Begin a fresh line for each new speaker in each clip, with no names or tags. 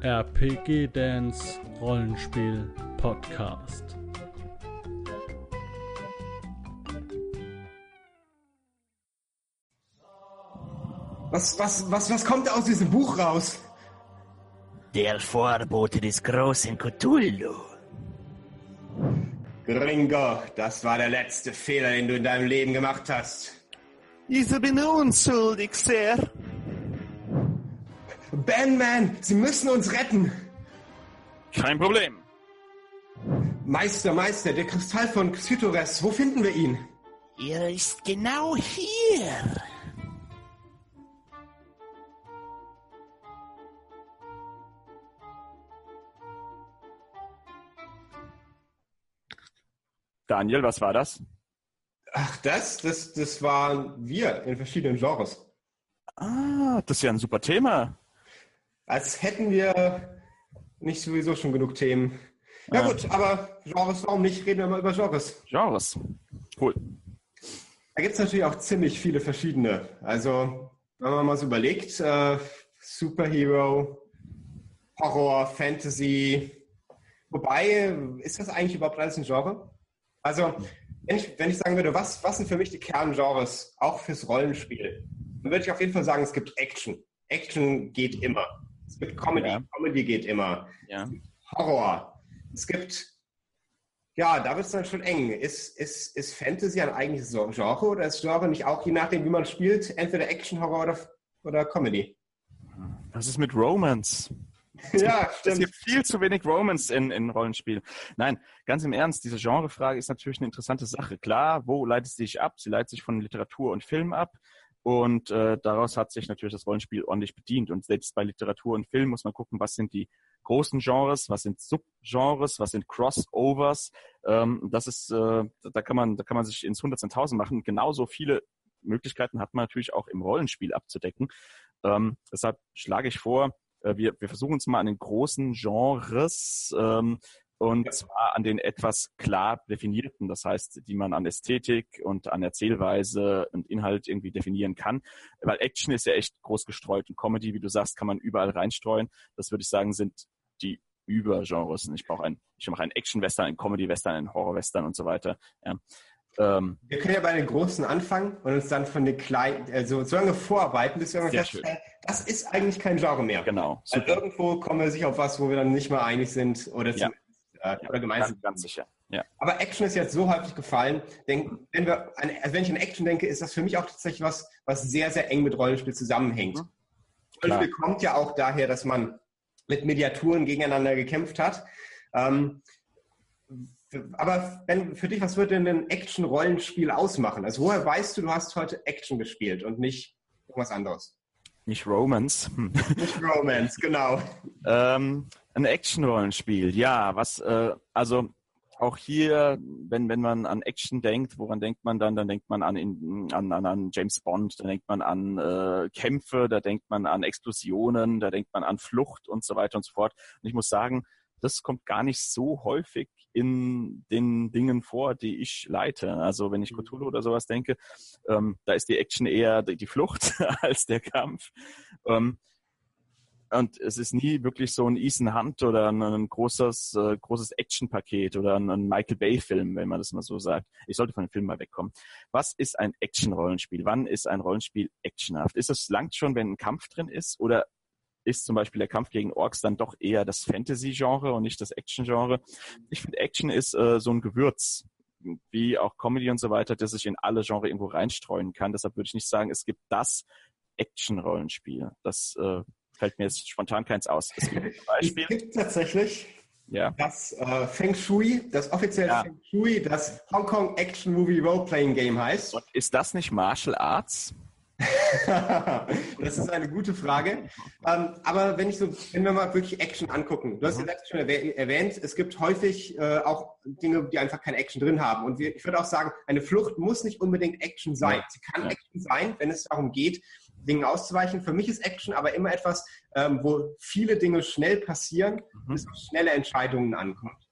RPG Dance Rollenspiel Podcast.
Was kommt aus diesem Buch raus?
Der Vorbote des großen Cthulhu.
Gringo, das war der letzte Fehler, den du in deinem Leben gemacht hast.
Ich bin unschuldig, Sir.
Bandman, Sie müssen uns retten.
Kein Problem.
Meister, der Kristall von Xytores, wo finden wir ihn?
Er ist genau hier.
Daniel, was war das?
Ach, das waren wir in verschiedenen Genres.
Ah, das ist ja ein super Thema.
Als hätten wir nicht sowieso schon genug Themen. Ja gut, aber Genres, warum nicht? Reden wir mal über Genres.
Genres. Cool.
Da gibt es natürlich auch ziemlich viele verschiedene. Also, wenn man mal so überlegt, Superhero, Horror, Fantasy. Wobei, ist das eigentlich überhaupt alles ein Genre? Also, wenn ich sagen würde, was sind für mich die Kerngenres, auch fürs Rollenspiel, dann würde ich auf jeden Fall sagen, es gibt Action. Action geht immer. Es gibt Comedy. Ja. Comedy geht immer.
Ja.
Es gibt Horror. Es gibt, ja, da wird es dann schon eng. Ist Fantasy ein eigentliches Genre oder ist Genre nicht auch, je nachdem, wie man spielt, entweder Action, Horror oder Comedy?
Was ist mit Romance?
Ja, stimmt.
Es gibt viel zu wenig Romance in Rollenspielen. Nein, ganz im Ernst, diese Genrefrage ist natürlich eine interessante Sache. Klar, wo leitet sie sich ab? Sie leitet sich von Literatur und Film ab. Und daraus hat sich natürlich das Rollenspiel ordentlich bedient. Und selbst bei Literatur und Film muss man gucken, was sind die großen Genres, was sind Subgenres, was sind Crossovers. Das ist, da kann man sich ins Hundertstausend machen. Genauso viele Möglichkeiten hat man natürlich auch im Rollenspiel abzudecken. Deshalb schlage ich vor, wir versuchen uns mal an den großen Genres und zwar an den etwas klar definierten, das heißt, die man an Ästhetik und an Erzählweise und Inhalt irgendwie definieren kann. Weil Action ist ja echt groß gestreut und Comedy, wie du sagst, kann man überall reinstreuen. Das würde ich sagen, sind die Übergenres. Ich mache einen Action-Western, einen Comedy-Western, einen Horror-Western und so weiter. Ja.
Wir können ja bei den Großen anfangen und uns dann von den Kleinen, so lange vorarbeiten, bis wir irgendwann feststellen, das ist eigentlich kein Genre mehr.
Genau.
Weil irgendwo kommen wir sicher auf was, wo wir dann nicht mal einig sind oder gemeinsam.
Ganz sicher. Ja.
Aber Action ist jetzt so häufig gefallen. Wenn ich an Action denke, ist das für mich auch tatsächlich was sehr, sehr eng mit Rollenspiel zusammenhängt. Rollenspiel kommt ja auch daher, dass man mit Mediaturen gegeneinander gekämpft hat. Aber für dich, was würde denn ein Action-Rollenspiel ausmachen? Also woher weißt du, du hast heute Action gespielt und nicht irgendwas anderes?
Nicht Romance.
Nicht Romance, genau.
Ein Action-Rollenspiel, ja. Also auch hier, wenn man an Action denkt, woran denkt man dann? Dann denkt man an James Bond, dann denkt man an Kämpfe, da denkt man an Explosionen, da denkt man an Flucht und so weiter und so fort. Und ich muss sagen, das kommt gar nicht so häufig in den Dingen vor, die ich leite. Also wenn ich Cthulhu oder sowas denke, da ist die Action eher die Flucht als der Kampf. Und es ist nie wirklich so ein Ethan Hunt oder ein großes Action-Paket oder ein Michael Bay-Film, wenn man das mal so sagt. Ich sollte von dem Film mal wegkommen. Was ist ein Action-Rollenspiel? Wann ist ein Rollenspiel actionhaft? Ist es langt schon, wenn ein Kampf drin ist, oder ist zum Beispiel der Kampf gegen Orks dann doch eher das Fantasy-Genre und nicht das Action-Genre? Ich finde, Action ist so ein Gewürz, wie auch Comedy und so weiter, das sich in alle Genre irgendwo reinstreuen kann. Deshalb würde ich nicht sagen, es gibt das Action-Rollenspiel. Das fällt mir jetzt spontan keins aus. Es gibt ein Beispiel.
Es gibt tatsächlich das Feng Shui, das offizielle Feng Shui, das Hong Kong Action Movie Role-Playing Game heißt.
Und ist das nicht Martial Arts?
Das ist eine gute Frage. Aber wenn wir mal wirklich Action angucken, du hast ja letztens schon erwähnt, es gibt häufig auch Dinge, die einfach keine Action drin haben. Und ich würde auch sagen, eine Flucht muss nicht unbedingt Action sein. Sie kann Action sein, wenn es darum geht, Dingen auszuweichen. Für mich ist Action aber immer etwas, wo viele Dinge schnell passieren, bis auf schnelle Entscheidungen ankommt.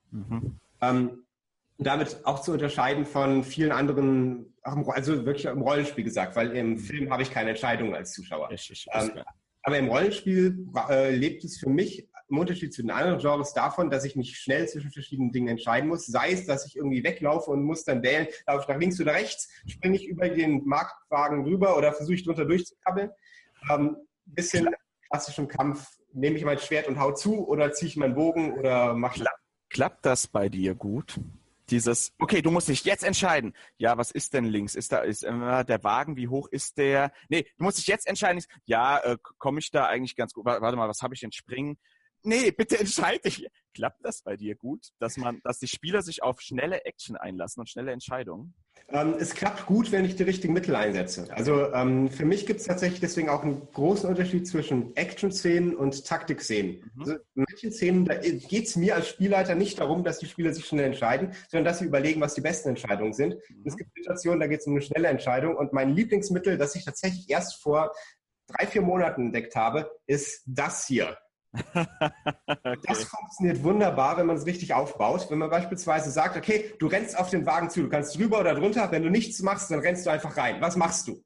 damit auch zu unterscheiden von vielen anderen, also wirklich im Rollenspiel gesagt, weil im Film habe ich keine Entscheidung als Zuschauer. Aber im Rollenspiel lebt es für mich im Unterschied zu den anderen Genres davon, dass ich mich schnell zwischen verschiedenen Dingen entscheiden muss. Sei es, dass ich irgendwie weglaufe und muss dann wählen, laufe ich nach links oder rechts, springe ich über den Marktwagen rüber oder versuche ich drunter durchzukabbeln. Bisschen klassischem Kampf, nehme ich mein Schwert und hau zu oder ziehe ich meinen Bogen oder mache...
Klappt das bei dir gut? Dieses, okay, du musst dich jetzt entscheiden. Ja, was ist denn links? Ist der Wagen, wie hoch ist der? Nee, du musst dich jetzt entscheiden. Ja, komme ich da eigentlich ganz gut? Warte mal, was habe ich denn? Springen? Nee, bitte entscheide dich. Klappt das bei dir gut, dass die Spieler sich auf schnelle Action einlassen und schnelle Entscheidungen?
Es klappt gut, wenn ich die richtigen Mittel einsetze. Also für mich gibt es tatsächlich deswegen auch einen großen Unterschied zwischen Action-Szenen und Taktik-Szenen. Also in manchen Szenen, da geht es mir als Spielleiter nicht darum, dass die Spieler sich schnell entscheiden, sondern dass sie überlegen, was die besten Entscheidungen sind. Und es gibt Situationen, da geht es um eine schnelle Entscheidung. Und mein Lieblingsmittel, das ich tatsächlich erst vor 3-4 Monaten entdeckt habe, ist das hier. Okay. Das funktioniert wunderbar, wenn man es richtig aufbaut. Wenn man beispielsweise sagt, okay, du rennst auf den Wagen zu, du kannst drüber oder drunter, wenn du nichts machst, dann rennst du einfach rein. Was machst du?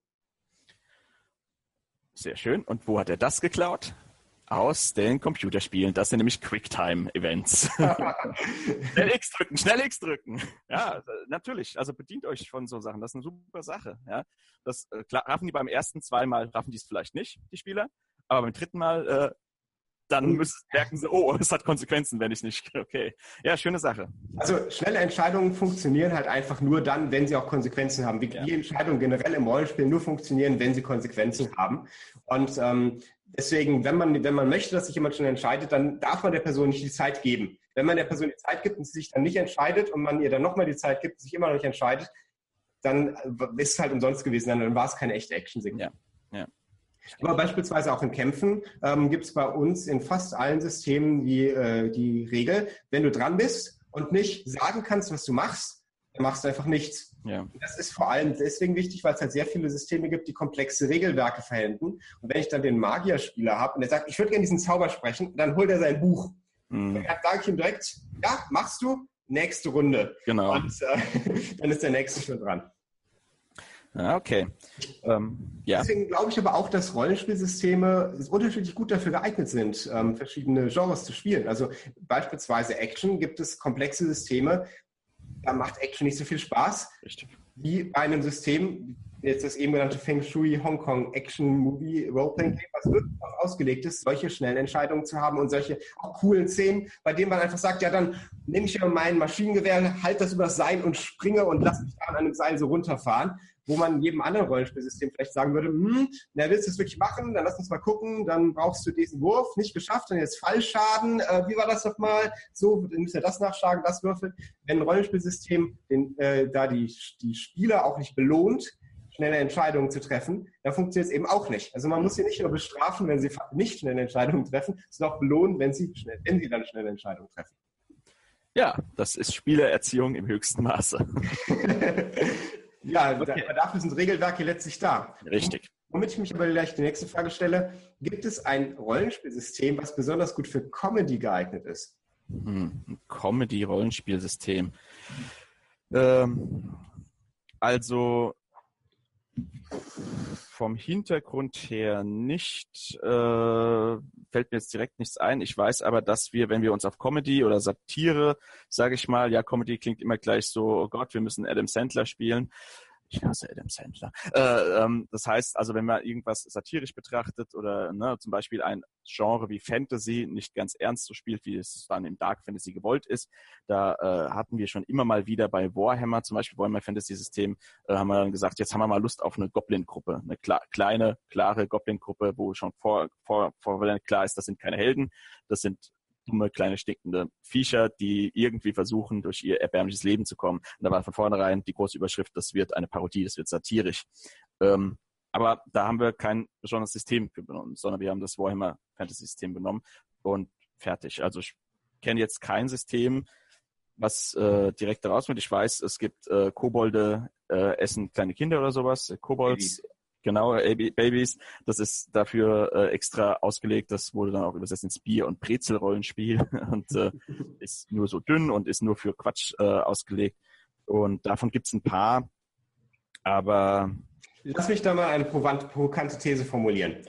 Sehr schön. Und wo hat er das geklaut? Aus den Computerspielen. Das sind nämlich Quicktime-Events. Schnell X drücken. Ja, natürlich. Also bedient euch von so Sachen. Das ist eine super Sache. Ja, das raffen die beim ersten 2 Mal, raffen die es vielleicht nicht, die Spieler. Aber beim 3. Mal dann merken sie, oh, es hat Konsequenzen, wenn ich nicht. Okay. Ja, schöne Sache.
Also schnelle Entscheidungen funktionieren halt einfach nur dann, wenn sie auch Konsequenzen haben. Wie Entscheidungen generell im Rollenspiel nur funktionieren, wenn sie Konsequenzen haben. Und deswegen, wenn man möchte, dass sich jemand schnell entscheidet, dann darf man der Person nicht die Zeit geben. Wenn man der Person die Zeit gibt und sie sich dann nicht entscheidet und man ihr dann nochmal die Zeit gibt und sich immer noch nicht entscheidet, dann ist es halt umsonst gewesen, dann war es keine echte Action-Sequenz.
Ja.
Aber beispielsweise auch in Kämpfen gibt es bei uns in fast allen Systemen die Regel, wenn du dran bist und nicht sagen kannst, was du machst, dann machst du einfach nichts. Ja. Und das ist vor allem deswegen wichtig, weil es halt sehr viele Systeme gibt, die komplexe Regelwerke verwenden. Und wenn ich dann den Magierspieler habe und der sagt, ich würde gerne diesen Zauber sprechen, dann holt er sein Buch. Dann sage ich ihm direkt, ja, machst du, nächste Runde.
Genau.
Und dann ist der Nächste schon dran.
Okay.
Deswegen glaube ich aber auch, dass Rollenspielsysteme unterschiedlich gut dafür geeignet sind, verschiedene Genres zu spielen. Also beispielsweise Action gibt es komplexe Systeme, da macht Action nicht so viel Spaß.
Richtig.
Wie bei einem System, jetzt das eben genannte Feng Shui Hong Kong Action Movie Roleplaying Game, was wirklich darauf ausgelegt ist, solche schnellen Entscheidungen zu haben und solche auch coolen Szenen, bei denen man einfach sagt, ja, dann nehme ich ja mein Maschinengewehr, halte das über das Seil und springe und lasse mich da an einem Seil so runterfahren, wo man in jedem anderen Rollenspielsystem vielleicht sagen würde, willst du das wirklich machen? Dann lass uns mal gucken, dann brauchst du diesen Wurf, nicht geschafft, dann jetzt Fallschaden, wie war das nochmal? So, dann müsst ihr das nachschlagen, das würfeln. Wenn ein Rollenspielsystem da die Spieler auch nicht belohnt, schnelle Entscheidungen zu treffen, dann funktioniert es eben auch nicht. Also man muss sie nicht nur bestrafen, wenn sie nicht schnelle Entscheidungen treffen, sondern auch belohnen, wenn sie dann schnelle Entscheidungen treffen.
Ja, das ist Spielererziehung im höchsten Maße.
Ja, okay. Dafür sind Regelwerke letztlich da.
Richtig.
Womit ich mich aber gleich die nächste Frage stelle, gibt es ein Rollenspielsystem, was besonders gut für Comedy geeignet ist?
Ein Comedy-Rollenspielsystem. Also vom Hintergrund her nicht, fällt mir jetzt direkt nichts ein. Ich weiß aber, dass wir, wenn wir uns auf Comedy oder Satire, sage ich mal, ja, Comedy klingt immer gleich so, oh Gott, wir müssen Adam Sandler spielen. Ich hasse Adam Sandler. Das heißt also, wenn man irgendwas satirisch betrachtet oder zum Beispiel ein Genre wie Fantasy nicht ganz ernst so spielt, wie es dann im Dark Fantasy gewollt ist, da hatten wir schon immer mal wieder bei Warhammer, zum Beispiel Warhammer Fantasy System, haben wir dann gesagt, jetzt haben wir mal Lust auf eine Goblin-Gruppe, eine kleine, klare Goblin-Gruppe, wo schon vor klar ist, das sind keine Helden, das sind dumme, kleine, stinkende Viecher, die irgendwie versuchen, durch ihr erbärmliches Leben zu kommen. Und da war von vornherein die große Überschrift, das wird eine Parodie, das wird satirisch. Aber da haben wir kein besonderes System genommen, sondern wir haben das Warhammer Fantasy System genommen und fertig. Also ich kenne jetzt kein System, was direkt daraus wird. Ich weiß, es gibt Kobolde essen kleine Kinder oder sowas, Kobolds. Genau, Babys. Das ist dafür extra ausgelegt. Das wurde dann auch übersetzt ins Bier- und Brezel-Rollenspiel und ist nur so dünn und ist nur für Quatsch ausgelegt. Und davon gibt es ein paar, aber...
Lass mich da mal eine provokante These formulieren.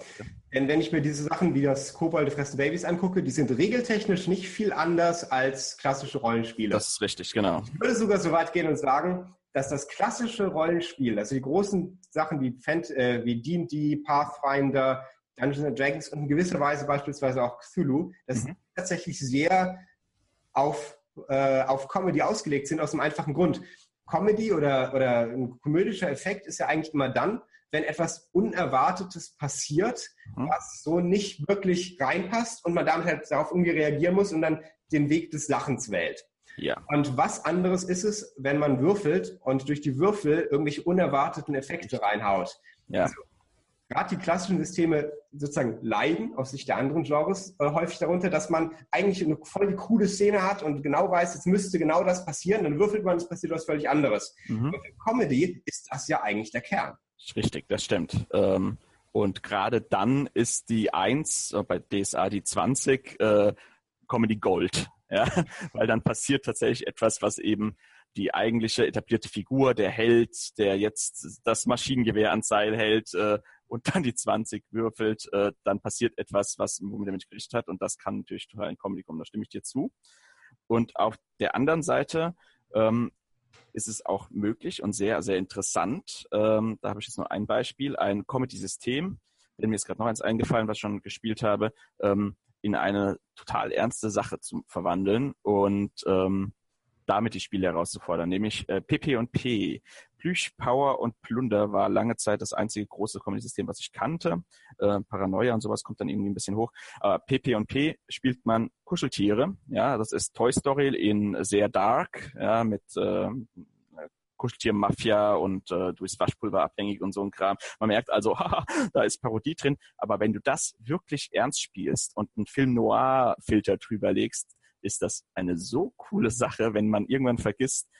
Denn wenn ich mir diese Sachen wie das Kobolde fressen Babys angucke, die sind regeltechnisch nicht viel anders als klassische Rollenspiele.
Das ist richtig, genau.
Ich würde sogar so weit gehen und sagen, dass das klassische Rollenspiel, also die großen Sachen wie D&D, Pathfinder, Dungeons & Dragons und in gewisser Weise beispielsweise auch Cthulhu, das tatsächlich sehr auf Comedy ausgelegt sind, aus einem einfachen Grund. Comedy oder ein komödischer Effekt ist ja eigentlich immer dann, wenn etwas Unerwartetes passiert, was so nicht wirklich reinpasst und man damit halt darauf irgendwie reagieren muss und dann den Weg des Lachens wählt.
Ja.
Und was anderes ist es, wenn man würfelt und durch die Würfel irgendwelche unerwarteten Effekte reinhaut.
Ja.
Also, gerade die klassischen Systeme sozusagen leiden aus Sicht der anderen Genres häufig darunter, dass man eigentlich eine voll coole Szene hat und genau weiß, jetzt müsste genau das passieren, dann würfelt man, es passiert was völlig anderes. Und für Comedy ist das ja eigentlich der Kern.
Richtig, das stimmt. Und gerade dann ist die 1, bei DSA die 20, Comedy Gold. Ja? Weil dann passiert tatsächlich etwas, was eben die eigentliche etablierte Figur, der Held, der jetzt das Maschinengewehr ans Seil hält und dann die 20 würfelt, dann passiert etwas, womit er nicht gerichtet hat und das kann natürlich total in Comedy kommen, da stimme ich dir zu. Und auf der anderen Seite ist es auch möglich und sehr, sehr interessant. Da habe ich jetzt nur ein Beispiel, ein Comedy-System, denn mir ist gerade noch eins eingefallen, was ich schon gespielt habe, in eine total ernste Sache zu verwandeln und damit die Spiele herauszufordern, nämlich PP&P. Plüsch, Power und Plunder war lange Zeit das einzige große Comedy-System, was ich kannte. Paranoia und sowas kommt dann irgendwie ein bisschen hoch. Aber PP&P spielt man Kuscheltiere. Ja, das ist Toy Story in sehr dark, ja, mit Kuscheltier-Mafia und du bist waschpulverabhängig und so ein Kram. Man merkt also, haha, da ist Parodie drin. Aber wenn du das wirklich ernst spielst und einen Film-Noir-Filter drüber legst, ist das eine so coole Sache, wenn man irgendwann vergisst,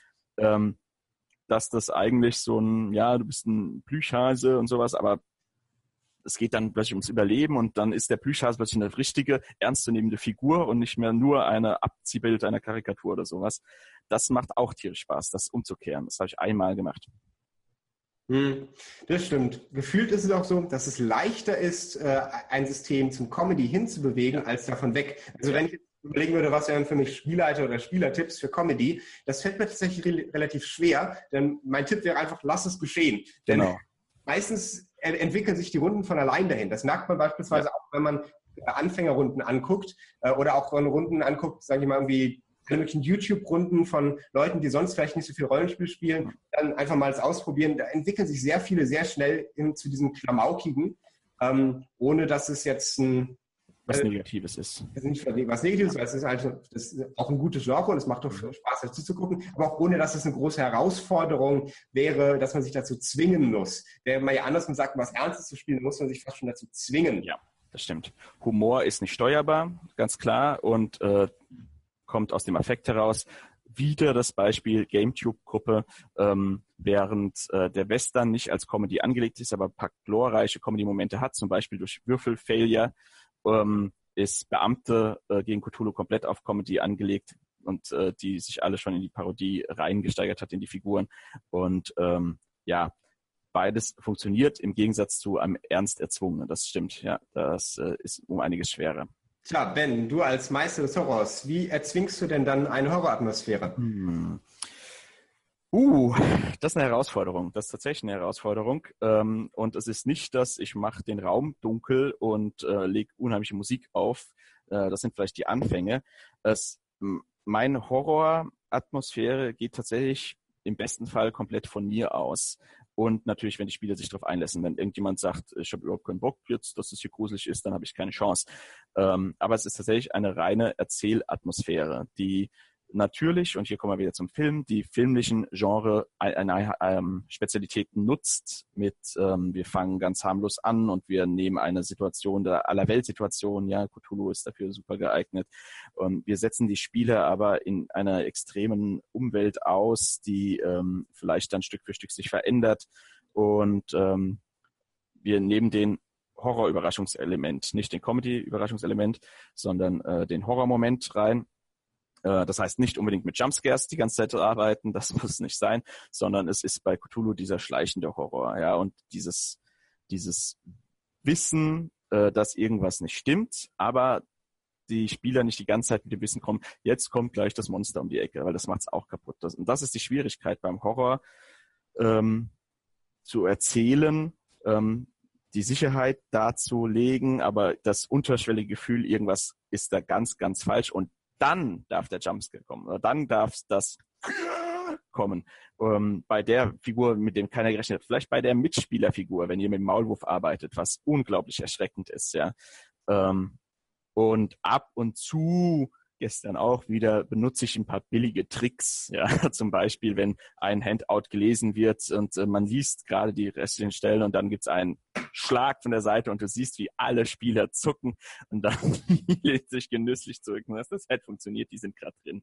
dass das eigentlich so ein, ja, du bist ein Plüschhase und sowas, aber es geht dann plötzlich ums Überleben und dann ist der Plüschhase plötzlich eine richtige, ernstzunehmende Figur und nicht mehr nur eine Abziehbild einer Karikatur oder sowas. Das macht auch tierisch Spaß, das umzukehren. Das habe ich einmal gemacht.
Das stimmt. Gefühlt ist es auch so, dass es leichter ist, ein System zum Comedy hinzubewegen, als davon weg. Also wenn ich jetzt überlegen würde, was wären für mich Spielleiter oder Spielertipps für Comedy, das fällt mir tatsächlich relativ schwer, denn mein Tipp wäre einfach, lass es geschehen. Denn meistens entwickeln sich die Runden von allein dahin. Das merkt man beispielsweise auch, wenn man Anfängerrunden anguckt oder auch Runden anguckt, sage ich mal irgendwie, alle möglichen YouTube-Runden von Leuten, die sonst vielleicht nicht so viel Rollenspiel spielen, dann einfach mal das ausprobieren. Da entwickeln sich sehr viele sehr schnell hin zu diesem Klamaukigen, ohne dass es jetzt
was Negatives ist.
Das ist nicht was Negatives, weil es ist halt das ist auch ein gutes Genre und es macht doch Spaß, dazu zu gucken, aber auch ohne, dass es eine große Herausforderung wäre, dass man sich dazu zwingen muss. Wäre man ja andersrum sagt, was Ernstes zu spielen, muss man sich fast schon dazu zwingen.
Ja, das stimmt. Humor ist nicht steuerbar, ganz klar, und kommt aus dem Affekt heraus. Wieder das Beispiel GameTube-Gruppe, während der Western nicht als Comedy angelegt ist, aber ein paar glorreiche Comedy-Momente hat, zum Beispiel durch Würfel-Failure, ist Beamte gegen Cthulhu komplett auf Comedy angelegt und die sich alle schon in die Parodie reingesteigert hat, in die Figuren. Und ja, beides funktioniert im Gegensatz zu einem ernst erzwungenen. Das stimmt, ja. Das ist um einiges schwerer.
Tja, Ben, du als Meister des Horrors, wie erzwingst du denn dann eine Horroratmosphäre?
Das ist eine Herausforderung. Das ist tatsächlich eine Herausforderung. Und es ist nicht, dass ich mache den Raum dunkel und lege unheimliche Musik auf. Das sind vielleicht die Anfänge. Meine Horroratmosphäre geht tatsächlich im besten Fall komplett von mir aus. Und natürlich, wenn die Spieler sich darauf einlassen. Wenn irgendjemand sagt, ich habe überhaupt keinen Bock jetzt, dass es hier gruselig ist, dann habe ich keine Chance. Aber es ist tatsächlich eine reine Erzählatmosphäre, die natürlich, und hier kommen wir wieder zum Film, die filmlichen Genre Spezialitäten nutzt mit, wir fangen ganz harmlos an und wir nehmen eine Situation der Allerweltsituation, ja, Cthulhu ist dafür super geeignet. Wir setzen die Spieler aber in einer extremen Umwelt aus, die vielleicht dann Stück für Stück sich verändert und wir nehmen den Horror-Überraschungselement, nicht den Comedy-Überraschungselement, sondern den Horror-Moment rein. Das heißt nicht unbedingt mit Jumpscares die ganze Zeit arbeiten, das muss nicht sein, sondern es ist bei Cthulhu dieser schleichende Horror, ja, und dieses Wissen, dass irgendwas nicht stimmt, aber die Spieler nicht die ganze Zeit mit dem Wissen kommen, jetzt kommt gleich das Monster um die Ecke, weil das macht es auch kaputt. Und das ist die Schwierigkeit beim Horror, zu erzählen, die Sicherheit darzulegen, aber das unterschwellige Gefühl, irgendwas ist da ganz, ganz falsch und dann darf der Jumpscare kommen oder dann darf das kommen. Bei der Figur, mit dem keiner gerechnet hat, vielleicht bei der Mitspielerfigur, wenn ihr mit dem Maulwurf arbeitet, was unglaublich erschreckend ist, ja. Und ab und zu, gestern auch wieder, benutze ich ein paar billige Tricks. Ja, zum Beispiel, wenn ein Handout gelesen wird und man liest gerade die restlichen Stellen und dann gibt es einen Schlag von der Seite und du siehst, wie alle Spieler zucken und dann lehnt sich genüsslich zurück. Und das hat funktioniert, die sind gerade drin.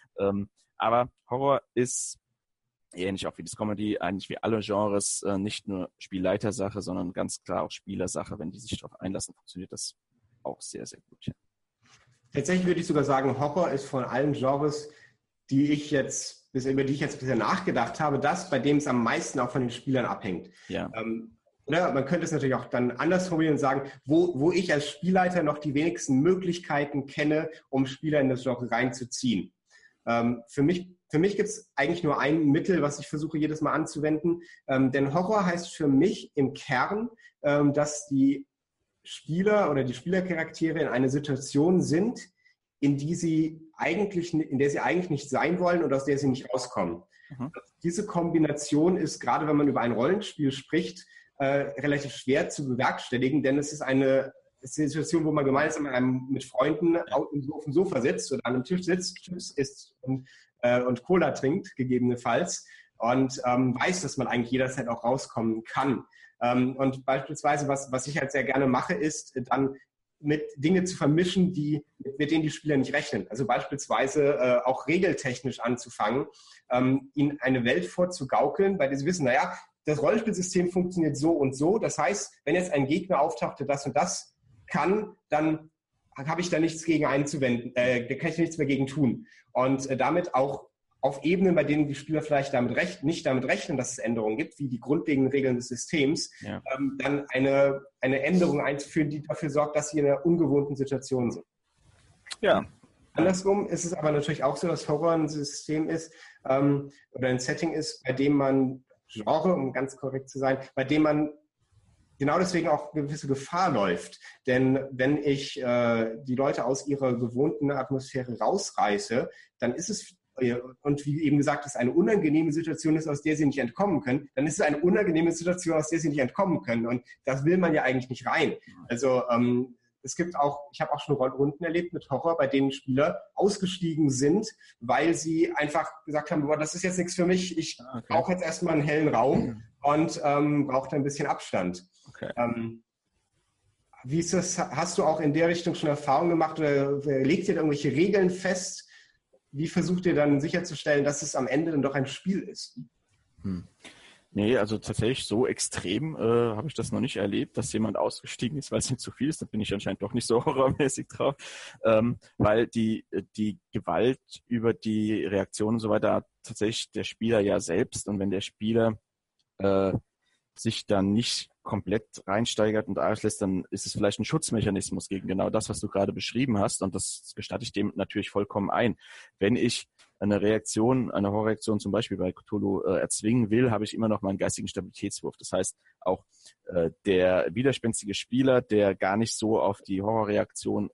Aber Horror ist ähnlich auch wie das Comedy, eigentlich wie alle Genres, nicht nur Spielleitersache, sondern ganz klar auch Spielersache. Wenn die sich darauf einlassen, funktioniert das auch sehr, sehr gut. Ja.
Tatsächlich würde ich sogar sagen, Horror ist von allen Genres, über die ich jetzt bisher nachgedacht habe, das, bei dem es am meisten auch von den Spielern abhängt.
Ja.
Man könnte es natürlich auch dann anders formulieren und sagen, wo ich als Spielleiter noch die wenigsten Möglichkeiten kenne, um Spieler in das Genre reinzuziehen. Für mich gibt es eigentlich nur ein Mittel, was ich versuche jedes Mal anzuwenden. Denn Horror heißt für mich im Kern, dass die Spieler oder die Spielercharaktere in einer Situation sind, in der sie eigentlich nicht sein wollen und aus der sie nicht rauskommen. Mhm. Diese Kombination ist, gerade wenn man über ein Rollenspiel spricht, relativ schwer zu bewerkstelligen, denn es ist eine Situation, wo man gemeinsam mit Freunden auf dem Sofa sitzt oder an einem Tisch sitzt, Chips isst und Cola trinkt, gegebenenfalls, und weiß, dass man eigentlich jederzeit auch rauskommen kann. Und beispielsweise, was ich halt sehr gerne mache, ist dann mit Dinge zu vermischen, mit denen die Spieler nicht rechnen. Also beispielsweise auch regeltechnisch anzufangen, ihnen eine Welt vorzugaukeln, bei der sie wissen, naja, das Rollenspielsystem funktioniert so und so. Das heißt, wenn jetzt ein Gegner auftaucht, der das und das kann, dann habe ich da nichts gegen einzuwenden, da kann ich nichts mehr gegen tun. Und damit auch auf Ebenen, bei denen die Spieler vielleicht nicht damit rechnen, dass es Änderungen gibt, wie die grundlegenden Regeln des Systems, dann eine Änderung einzuführen, die dafür sorgt, dass sie in einer ungewohnten Situation sind.
Ja.
Andersrum ist es aber natürlich auch so, dass Horror ein System ist oder ein Setting ist, bei dem man Genre, um ganz korrekt zu sein, bei dem man genau deswegen auch eine gewisse Gefahr läuft. Denn wenn ich die Leute aus ihrer gewohnten Atmosphäre rausreiße, dann ist es, und wie eben gesagt, es eine unangenehme Situation ist, aus der sie nicht entkommen können, dann ist es eine unangenehme Situation, aus der sie nicht entkommen können. Und das will man ja eigentlich nicht rein. Also ich habe auch schon Runden erlebt mit Horror, bei denen Spieler ausgestiegen sind, weil sie einfach gesagt haben, boah, das ist jetzt nichts für mich, ich brauche jetzt erstmal einen hellen Raum und brauche da ein bisschen Abstand.
Okay.
Wie ist das? Hast du auch in der Richtung schon Erfahrungen gemacht oder legt ihr da irgendwelche Regeln fest? Wie versucht ihr dann sicherzustellen, dass es am Ende dann doch ein Spiel ist?
Nee, also tatsächlich so extrem habe ich das noch nicht erlebt, dass jemand ausgestiegen ist, weil es nicht zu viel ist. Da bin ich anscheinend doch nicht so horrormäßig drauf. Weil die Gewalt über die Reaktion und so weiter hat tatsächlich der Spieler ja selbst. Und wenn der Spieler sich dann nicht komplett reinsteigert und auslässt, dann ist es vielleicht ein Schutzmechanismus gegen genau das, was du gerade beschrieben hast. Und das gestatte ich dem natürlich vollkommen ein. Wenn ich eine Horrorreaktion zum Beispiel bei Cthulhu erzwingen will, habe ich immer noch meinen geistigen Stabilitätswurf. Das heißt, auch der widerspenstige Spieler, der gar nicht so auf die Horrorreaktion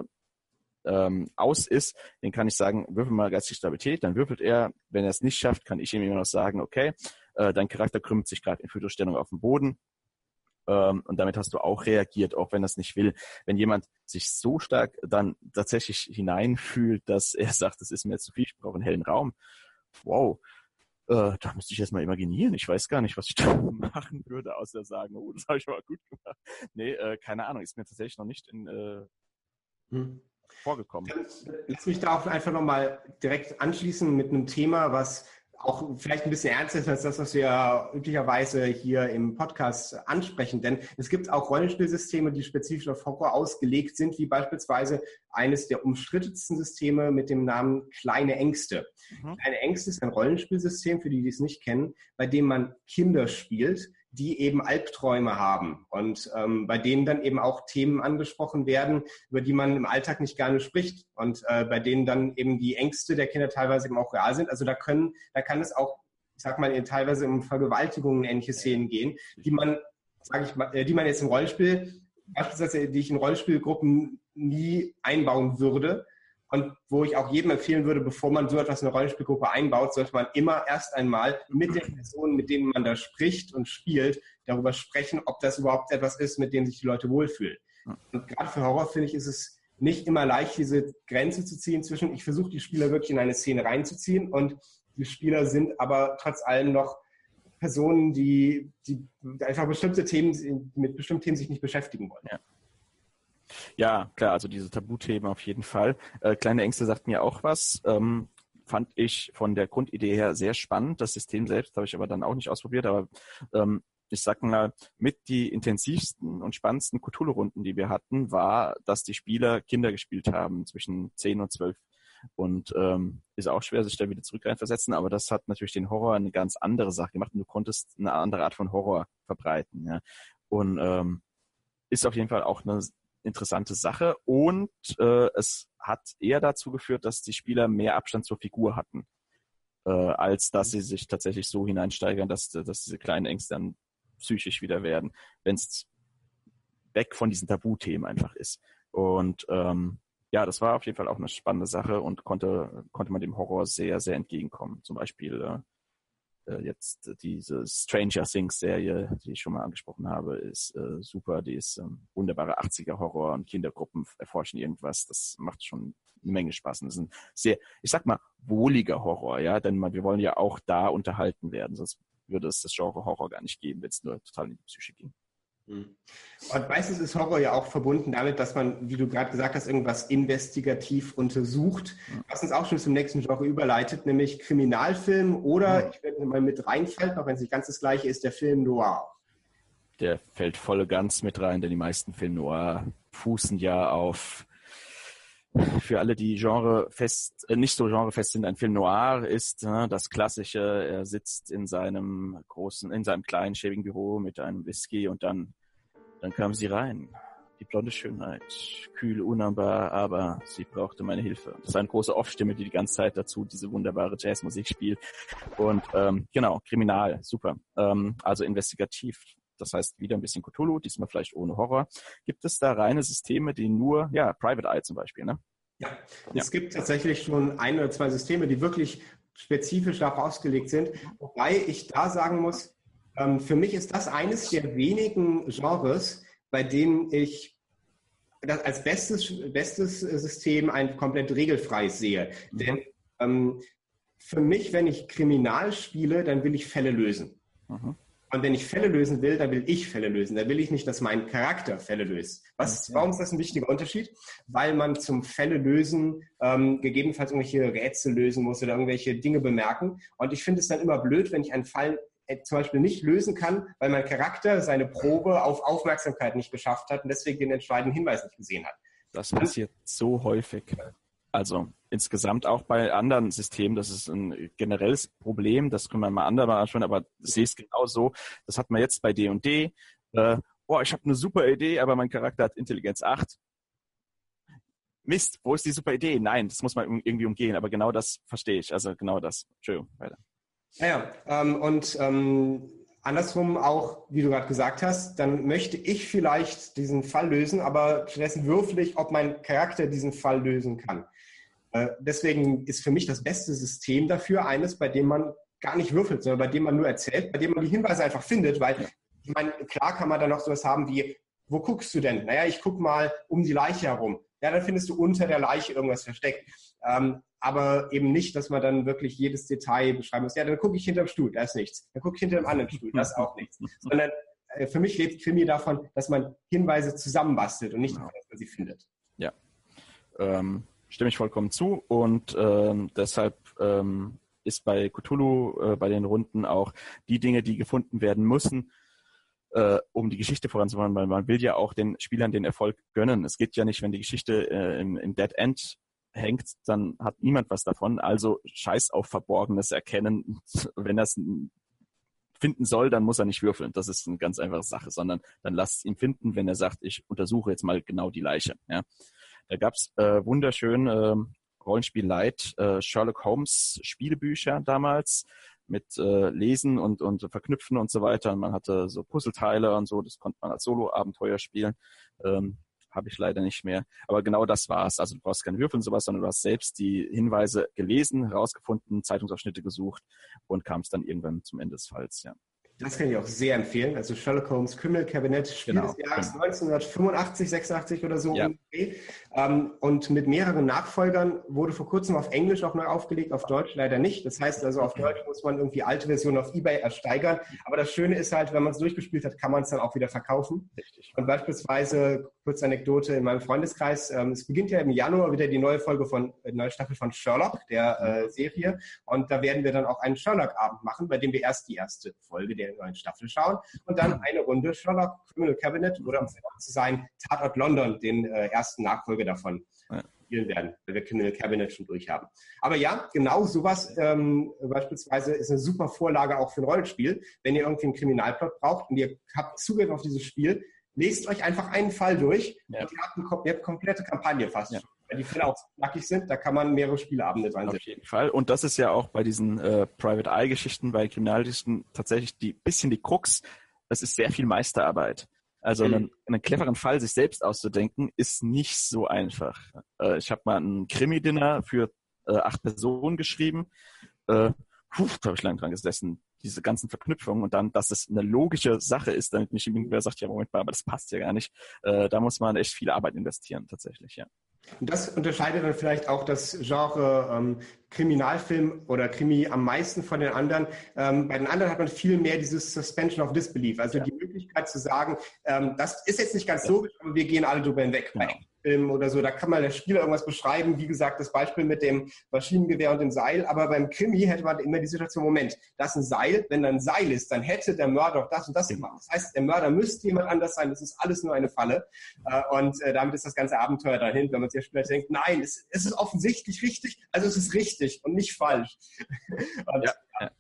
aus ist, den kann ich sagen, würfel mal geistige Stabilität, dann würfelt er. Wenn er es nicht schafft, kann ich ihm immer noch sagen, okay, dein Charakter krümmt sich gerade in Fötusstellung auf dem Boden. Und damit hast du auch reagiert, auch wenn er es nicht will. Wenn jemand sich so stark dann tatsächlich hineinfühlt, dass er sagt, das ist mir jetzt zu viel, ich brauche einen hellen Raum. Wow, da müsste ich erst mal imaginieren. Ich weiß gar nicht, was ich da machen würde, außer sagen, oh, das habe ich aber gut gemacht. Nee, keine Ahnung, ist mir tatsächlich noch nicht vorgekommen.
Lass mich da auch einfach nochmal direkt anschließen mit einem Thema, was auch vielleicht ein bisschen ernster ist als das, was wir üblicherweise hier im Podcast ansprechen. Denn es gibt auch Rollenspielsysteme, die spezifisch auf Horror ausgelegt sind, wie beispielsweise eines der umstrittensten Systeme mit dem Namen Kleine Ängste. Kleine Ängste ist ein Rollenspielsystem, für die es nicht kennen, bei dem man Kinder spielt, die eben Albträume haben und bei denen dann eben auch Themen angesprochen werden, über die man im Alltag nicht gerne spricht und bei denen dann eben die Ängste der Kinder teilweise eben auch real sind. Also da kann es auch, ich sag mal, teilweise um Vergewaltigungen, ähnliche Szenen gehen, die man jetzt im Rollenspiel, beispielsweise die ich in Rollenspielgruppen nie einbauen würde. Und wo ich auch jedem empfehlen würde, bevor man so etwas in eine Rollenspielgruppe einbaut, sollte man immer erst einmal mit den Personen, mit denen man da spricht und spielt, darüber sprechen, ob das überhaupt etwas ist, mit dem sich die Leute wohlfühlen. Und gerade für Horror, finde ich, ist es nicht immer leicht, diese Grenze zu ziehen zwischen, ich versuche die Spieler wirklich in eine Szene reinzuziehen und die Spieler sind aber trotz allem noch Personen, die einfach mit bestimmten Themen sich nicht beschäftigen wollen.
Ja. Ja, klar, also diese Tabuthemen auf jeden Fall. Kleine Ängste sagt mir auch was. Fand ich von der Grundidee her sehr spannend. Das System selbst habe ich aber dann auch nicht ausprobiert. Aber ich sag mal, mit die intensivsten und spannendsten Cthulhu-Runden, die wir hatten, war, dass die Spieler Kinder gespielt haben zwischen 10 und 12. Und ist auch schwer, sich da wieder zurück reinversetzen. Aber das hat natürlich den Horror eine ganz andere Sache gemacht. Und du konntest eine andere Art von Horror verbreiten. Ja? Und ist auf jeden Fall auch eine interessante Sache und es hat eher dazu geführt, dass die Spieler mehr Abstand zur Figur hatten, als dass sie sich tatsächlich so hineinsteigern, dass diese kleinen Ängste dann psychisch wieder werden, wenn es weg von diesen Tabuthemen einfach ist. Und ja, das war auf jeden Fall auch eine spannende Sache und konnte man dem Horror sehr, sehr entgegenkommen. Zum Beispiel jetzt diese Stranger Things Serie, die ich schon mal angesprochen habe, ist super. Die ist wunderbare 80er Horror und Kindergruppen erforschen irgendwas. Das macht schon eine Menge Spaß. Und das ist ein sehr, ich sag mal, wohliger Horror, ja, denn wir wollen ja auch da unterhalten werden. Sonst würde es das Genre Horror gar nicht geben, wenn es nur total in die Psyche ging.
Und meistens ist Horror ja auch verbunden damit, dass man, wie du gerade gesagt hast, irgendwas investigativ untersucht, was uns auch schon zum nächsten Genre überleitet, nämlich Kriminalfilm oder, ich werde mal mit reinfällt, auch wenn es nicht ganz das Gleiche ist, der Film Noir.
Der fällt voll ganz mit rein, denn die meisten Film Noir fußen ja auf, für alle, die nicht so genrefest sind, ein Film Noir ist das Klassische. Er sitzt in seinem kleinen, schäbigen Büro mit einem Whisky und dann kam sie rein. Die blonde Schönheit, kühl, unnahbar, aber sie brauchte meine Hilfe. Das ist eine große Off-Stimme, die ganze Zeit dazu diese wunderbare Jazzmusik spielt. Und genau, kriminal, super. Also investigativ. Das heißt, wieder ein bisschen Cthulhu, diesmal vielleicht ohne Horror. Gibt es da reine Systeme, die nur, Private Eye zum Beispiel, ne?
Ja, es gibt tatsächlich schon 1 oder 2 Systeme, die wirklich spezifisch darauf ausgelegt sind. Wobei ich da sagen muss, für mich ist das eines der wenigen Genres, bei denen ich das als bestes System ein komplett regelfreies sehe. Denn für mich, wenn ich Kriminal spiele, dann will ich Fälle lösen. Und wenn ich Fälle lösen will, dann will ich Fälle lösen. Dann will ich nicht, dass mein Charakter Fälle löst. Warum ist das ein wichtiger Unterschied? Weil man zum Fälle lösen gegebenenfalls irgendwelche Rätsel lösen muss oder irgendwelche Dinge bemerken. Und ich finde es dann immer blöd, wenn ich einen Fall zum Beispiel nicht lösen kann, weil mein Charakter seine Probe auf Aufmerksamkeit nicht geschafft hat und deswegen den entscheidenden Hinweis nicht gesehen hat.
Das passiert so häufig. Also insgesamt auch bei anderen Systemen, das ist ein generelles Problem, das können wir mal andermal anschauen, aber ich sehe es genau so. Das hat man jetzt bei D&D. Ich habe eine super Idee, aber mein Charakter hat Intelligenz 8. Mist, wo ist die super Idee? Nein, das muss man irgendwie umgehen, aber genau das verstehe ich. Also genau das. Entschuldigung, weiter.
Andersrum auch, wie du gerade gesagt hast, dann möchte ich vielleicht diesen Fall lösen, aber stattdessen würfel ich, ob mein Charakter diesen Fall lösen kann. Deswegen ist für mich das beste System dafür eines, bei dem man gar nicht würfelt, sondern bei dem man nur erzählt, bei dem man die Hinweise einfach findet, weil ich meine, klar kann man dann noch sowas haben wie, wo guckst du denn? Naja, ich gucke mal um die Leiche herum. Ja, dann findest du unter der Leiche irgendwas versteckt. Aber eben nicht, dass man dann wirklich jedes Detail beschreiben muss. Ja, dann gucke ich hinterm Stuhl, da ist nichts. Dann gucke ich hinter dem anderen Stuhl, da ist auch nichts. Sondern für mich lebt Krimi davon, dass man Hinweise zusammenbastelt und nicht davon, dass man sie findet.
Ja, stimme ich vollkommen zu. Und deshalb ist bei Cthulhu, bei den Runden auch die Dinge, die gefunden werden müssen, um die Geschichte voranzubringen, weil man will ja auch den Spielern den Erfolg gönnen. Es geht ja nicht, wenn die Geschichte im Dead End hängt, dann hat niemand was davon. Also scheiß auf verborgenes Erkennen, wenn das finden soll, dann muss er nicht würfeln. Das ist eine ganz einfache Sache, sondern dann lasst ihn finden, wenn er sagt, ich untersuche jetzt mal genau die Leiche. Ja. Da gab's wunderschön Rollenspiel Light, Sherlock Holmes Spielebücher damals mit Lesen und Verknüpfen und so weiter. Und man hatte so Puzzleteile und so, das konnte man als Solo-Abenteuer spielen. Habe ich leider nicht mehr. Aber genau das war's. Also du brauchst keine Würfel und sowas, sondern du hast selbst die Hinweise gelesen, herausgefunden, Zeitungsausschnitte gesucht und kamst dann irgendwann zum Ende des Falls, ja.
Das kann ich auch sehr empfehlen. Also Sherlock Holmes Criminal Cabinet, Spiel des Jahres 1985, 86 oder so.
Ja.
Und mit mehreren Nachfolgern wurde vor kurzem auf Englisch auch neu aufgelegt, auf Deutsch leider nicht. Das heißt also, auf Deutsch muss man irgendwie alte Versionen auf eBay ersteigern. Aber das Schöne ist halt, wenn man es durchgespielt hat, kann man es dann auch wieder verkaufen.
Richtig.
Und beispielsweise, kurze Anekdote in meinem Freundeskreis, es beginnt ja im Januar wieder die neue Staffel von Sherlock, der Serie. Und da werden wir dann auch einen Sherlock-Abend machen, bei dem wir erst die erste Folge der neuen Staffel schauen und dann eine Runde Sherlock Criminal Cabinet oder um zu sein, Tatort London, den ersten Nachfolger davon spielen werden, weil wir Criminal Cabinet schon durchhaben. Aber ja, genau sowas beispielsweise ist eine super Vorlage auch für ein Rollenspiel. Wenn ihr irgendwie einen Kriminalplot braucht und ihr habt Zugriff auf dieses Spiel, lest euch einfach einen Fall durch und ihr habt eine komplette Kampagne fast. Ja. Weil die Fälle auch so knackig sind, da kann man mehrere Spieleabende dran setzen.
Auf jeden Fall. Und das ist ja auch bei diesen Private Eye-Geschichten, bei Kriminalgeschichten tatsächlich bisschen die Krux. Das ist sehr viel Meisterarbeit. Also einen cleveren Fall sich selbst auszudenken, ist nicht so einfach. Ich habe mal ein Krimi-Dinner für 8 Personen geschrieben. Da habe ich lange dran gesessen, diese ganzen Verknüpfungen und dann, dass es eine logische Sache ist, damit nicht irgendwer sagt, ja Moment mal, aber das passt ja gar nicht. Da muss man echt viel Arbeit investieren, tatsächlich, ja.
Und das unterscheidet dann vielleicht auch das Genre Kriminalfilm oder Krimi am meisten von den anderen. Bei den anderen hat man viel mehr dieses Suspension of Disbelief, also die Möglichkeit zu sagen, das ist jetzt nicht ganz logisch, aber wir gehen alle drüber hinweg. Genau. Film oder so, da kann mal der Spieler irgendwas beschreiben, wie gesagt, das Beispiel mit dem Maschinengewehr und dem Seil, aber beim Krimi hätte man immer die Situation, Moment, das ist ein Seil, wenn da ein Seil ist, dann hätte der Mörder auch das und das gemacht. Das heißt, der Mörder müsste jemand anders sein, das ist alles nur eine Falle und damit ist das ganze Abenteuer dahin, wenn man sich als Spieler denkt, nein, es ist offensichtlich richtig, also es ist richtig und nicht falsch. Und,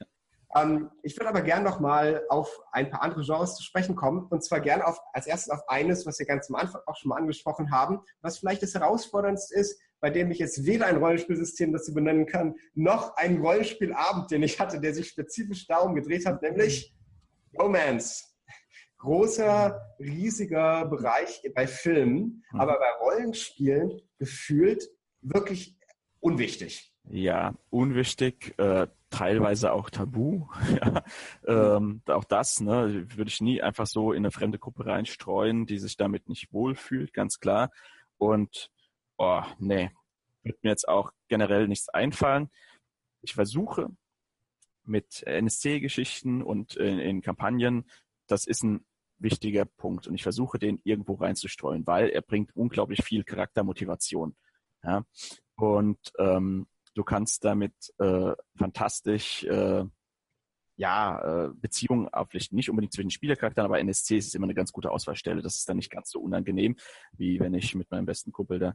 ich würde aber gern noch mal auf ein paar andere Genres zu sprechen kommen und zwar gern als erstes auf eines, was wir ganz am Anfang auch schon mal angesprochen haben, was vielleicht das Herausforderndste ist, bei dem ich jetzt weder ein Rollenspielsystem dazu benennen kann, noch einen Rollenspielabend, den ich hatte, der sich spezifisch darum gedreht hat, nämlich Romance. Großer, riesiger Bereich bei Filmen, aber bei Rollenspielen gefühlt wirklich unwichtig.
Ja, unwichtig, teilweise auch tabu. Auch das, ne, würde ich nie einfach so in eine fremde Gruppe reinstreuen, die sich damit nicht wohlfühlt, ganz klar. Und, wird mir jetzt auch generell nichts einfallen. Ich versuche mit NSC-Geschichten und in Kampagnen, das ist ein wichtiger Punkt. Und ich versuche, den irgendwo reinzustreuen, weil er bringt unglaublich viel Charaktermotivation. Ja? Und du kannst damit fantastisch Beziehungen aufrichten. Nicht unbedingt zwischen Spielercharakteren, aber NSC ist immer eine ganz gute Auswahlstelle. Das ist dann nicht ganz so unangenehm, wie wenn ich mit meinem besten Kumpel da.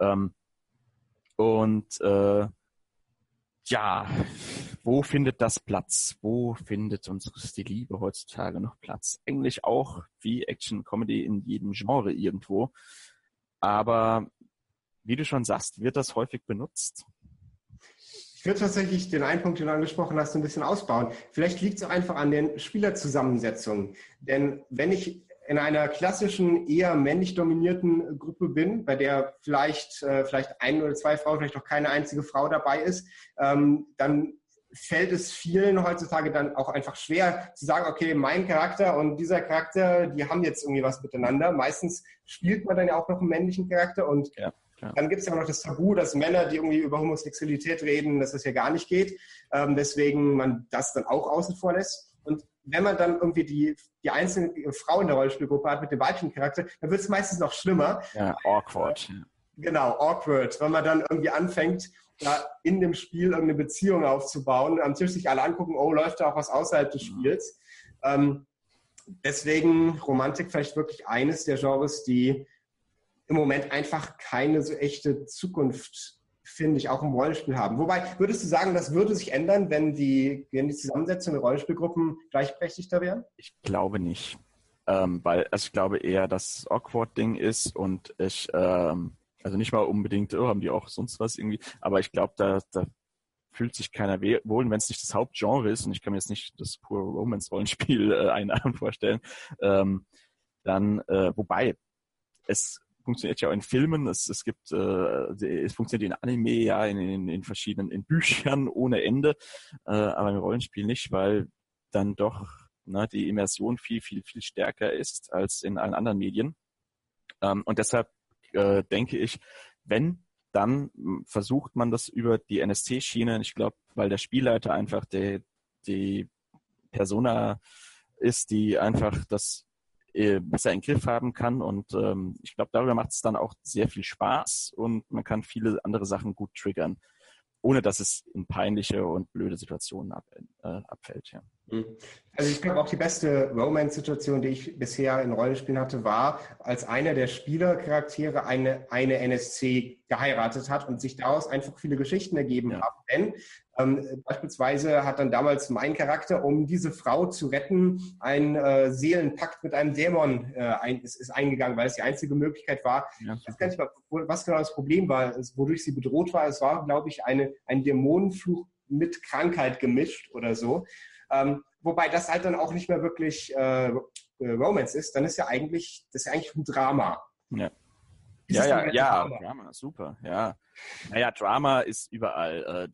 Wo findet das Platz? Wo findet die Liebe heutzutage noch Platz? Eigentlich auch wie Action, Comedy in jedem Genre irgendwo. Aber wie du schon sagst, wird das häufig benutzt?
Ich würde tatsächlich den einen Punkt, den du angesprochen hast, ein bisschen ausbauen. Vielleicht liegt es auch einfach an den Spielerzusammensetzungen. Denn wenn ich in einer klassischen, eher männlich dominierten Gruppe bin, bei der vielleicht ein oder zwei Frauen, vielleicht auch keine einzige Frau dabei ist, dann fällt es vielen heutzutage dann auch einfach schwer zu sagen, okay, mein Charakter und dieser Charakter, die haben jetzt irgendwie was miteinander. Meistens spielt man dann ja auch noch einen männlichen Charakter und dann gibt es ja auch noch das Tabu, dass Männer, die irgendwie über Homosexualität reden, dass das ja gar nicht geht. Deswegen man das dann auch außen vor lässt. Und wenn man dann irgendwie die einzelne Frau in der Rollenspielgruppe hat mit dem weiblichen Charakter, dann wird es meistens noch schlimmer.
Ja, awkward.
Genau, awkward. Wenn man dann irgendwie anfängt, da in dem Spiel irgendeine Beziehung aufzubauen, am Tisch sich alle angucken, oh, läuft da auch was außerhalb des Spiels. Deswegen Romantik vielleicht wirklich eines der Genres, die im Moment einfach keine so echte Zukunft finde ich, auch im Rollenspiel haben. Wobei, würdest du sagen, das würde sich ändern, wenn die Zusammensetzung der Rollenspielgruppen gleichberechtigter wären?
Ich glaube nicht. Ich glaube eher, dass es Awkward-Ding ist und also nicht mal unbedingt, haben die auch sonst was irgendwie, aber ich glaube, da fühlt sich keiner wohl, wenn es nicht das Hauptgenre ist, und ich kann mir jetzt nicht das pure Romance-Rollenspiel einen Abend vorstellen, wobei, es funktioniert ja auch in Filmen, es funktioniert in Anime, ja, in verschiedenen, in Büchern ohne Ende, aber im Rollenspiel nicht, weil dann doch die Immersion viel, viel, viel stärker ist als in allen anderen Medien. Und deshalb denke ich, wenn, dann versucht man das über die NSC-Schiene. Ich glaube, weil der Spielleiter einfach die Persona ist, die einfach das besser in den Griff haben kann. Und ich glaube, darüber macht es dann auch sehr viel Spaß und man kann viele andere Sachen gut triggern, ohne dass es in peinliche und blöde Situationen abfällt. Ja.
Also ich glaube auch die beste Romance-Situation, die ich bisher in Rollenspielen hatte, war, als einer der Spielercharaktere eine NSC geheiratet hat und sich daraus einfach viele Geschichten ergeben haben. Denn beispielsweise hat dann damals mein Charakter, um diese Frau zu retten, einen Seelenpakt mit einem Dämon ist eingegangen, weil es die einzige Möglichkeit war.
Ja.
Ich weiß gar nicht, was genau das Problem war, wodurch sie bedroht war. Es war, glaube ich, ein Dämonenfluch mit Krankheit gemischt oder so. Wobei das halt dann auch nicht mehr wirklich Romance ist, dann ist das ist ja eigentlich ein Drama.
Ja. Drama, super, ja. Naja, Drama ist überall.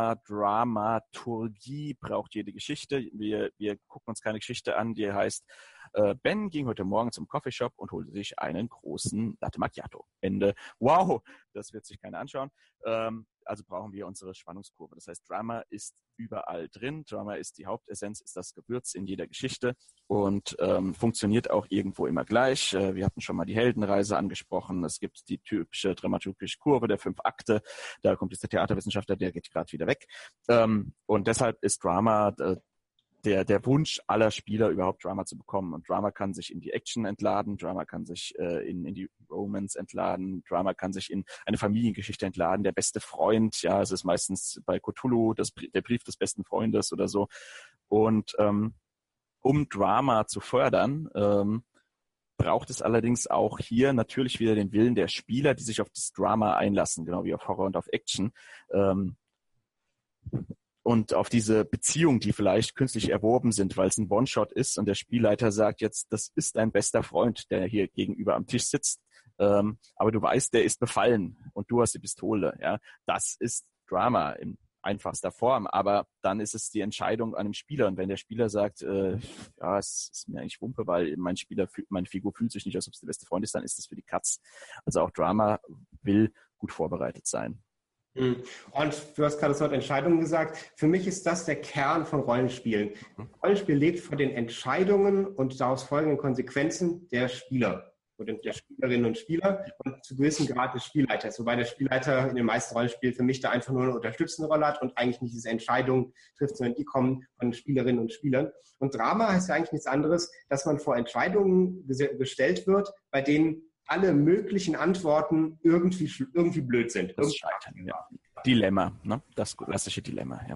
Dramaturgie braucht jede Geschichte. Wir gucken uns keine Geschichte an, die heißt, Ben ging heute Morgen zum Coffeeshop und holte sich einen großen Latte Macchiato. Ende. Wow, das wird sich keiner anschauen. Also brauchen wir unsere Spannungskurve. Das heißt, Drama ist überall drin. Drama ist die Hauptessenz, ist das Gewürz in jeder Geschichte und funktioniert auch irgendwo immer gleich. Wir hatten schon mal die Heldenreise angesprochen. Es gibt die typische dramaturgische Kurve der 5 Akte. Da kommt jetzt der Theaterwissenschaftler, der geht gerade wieder weg. Und deshalb ist Drama der Wunsch aller Spieler, überhaupt Drama zu bekommen. Und Drama kann sich in die Action entladen, Drama kann sich in die Romance entladen, Drama kann sich in eine Familiengeschichte entladen. Der beste Freund, ja, es ist meistens bei Cthulhu der Brief des besten Freundes oder so. Und um Drama zu fördern, braucht es allerdings auch hier natürlich wieder den Willen der Spieler, die sich auf das Drama einlassen, genau wie auf Horror und auf Action. Und auf diese Beziehung, die vielleicht künstlich erworben sind, weil es ein One-Shot ist und der Spielleiter sagt jetzt, das ist dein bester Freund, der hier gegenüber am Tisch sitzt, aber du weißt, der ist befallen und du hast die Pistole. Ja, das ist Drama in einfachster Form, aber dann ist es die Entscheidung an dem Spieler und wenn der Spieler sagt, es ist mir eigentlich Wumpe, weil meine Figur fühlt sich nicht, als ob es der beste Freund ist, dann ist das für die Katz. Also auch Drama will gut vorbereitet sein.
Und du hast gerade das Wort Entscheidungen gesagt. Für mich ist das der Kern von Rollenspielen. Rollenspiel lebt von den Entscheidungen und daraus folgenden Konsequenzen der Spieler oder der Spielerinnen und Spieler und zu gewissem Grad des Spielleiters. Wobei der Spielleiter in den meisten Rollenspielen für mich da einfach nur eine unterstützende Rolle hat und eigentlich nicht diese Entscheidungen trifft, sondern die kommen von den Spielerinnen und Spielern. Und Drama heißt ja eigentlich nichts anderes, dass man vor Entscheidungen gestellt wird, bei denen alle möglichen Antworten irgendwie blöd sind.
Das Scheitern, ja. Dilemma, ne? Das klassische Dilemma, ja.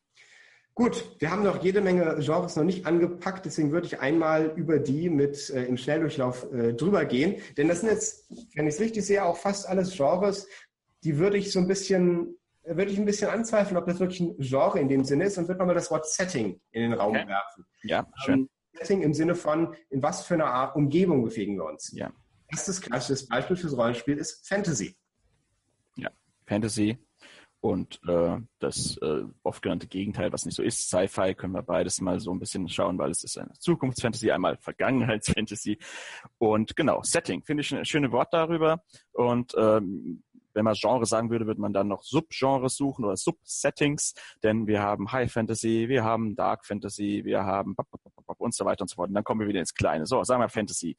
Gut, wir haben noch jede Menge Genres noch nicht angepackt, deswegen würde ich einmal über die mit im Schnelldurchlauf drüber gehen. Denn das sind jetzt, wenn ich es richtig sehe, auch fast alles Genres, die würde ich ein bisschen anzweifeln, ob das wirklich ein Genre in dem Sinne ist und würde nochmal das Wort Setting in den Raum werfen.
Ja, schön.
Setting im Sinne von, in was für einer Art Umgebung bewegen wir uns.
Ja.
Erstes klassisches Beispiel fürs Rollenspiel ist Fantasy.
Ja, Fantasy und das oft genannte Gegenteil, was nicht so ist, Sci-Fi, können wir beides mal so ein bisschen schauen, weil es ist eine Zukunftsfantasy, einmal Vergangenheitsfantasy. Und genau, Setting, finde ich ein schönes Wort darüber. Und wenn man Genre sagen würde, würde man dann noch Subgenres suchen oder Subsettings, denn wir haben High Fantasy, wir haben Dark Fantasy, wir haben und so weiter und so fort. Und dann kommen wir wieder ins Kleine. So, sagen wir Fantasy.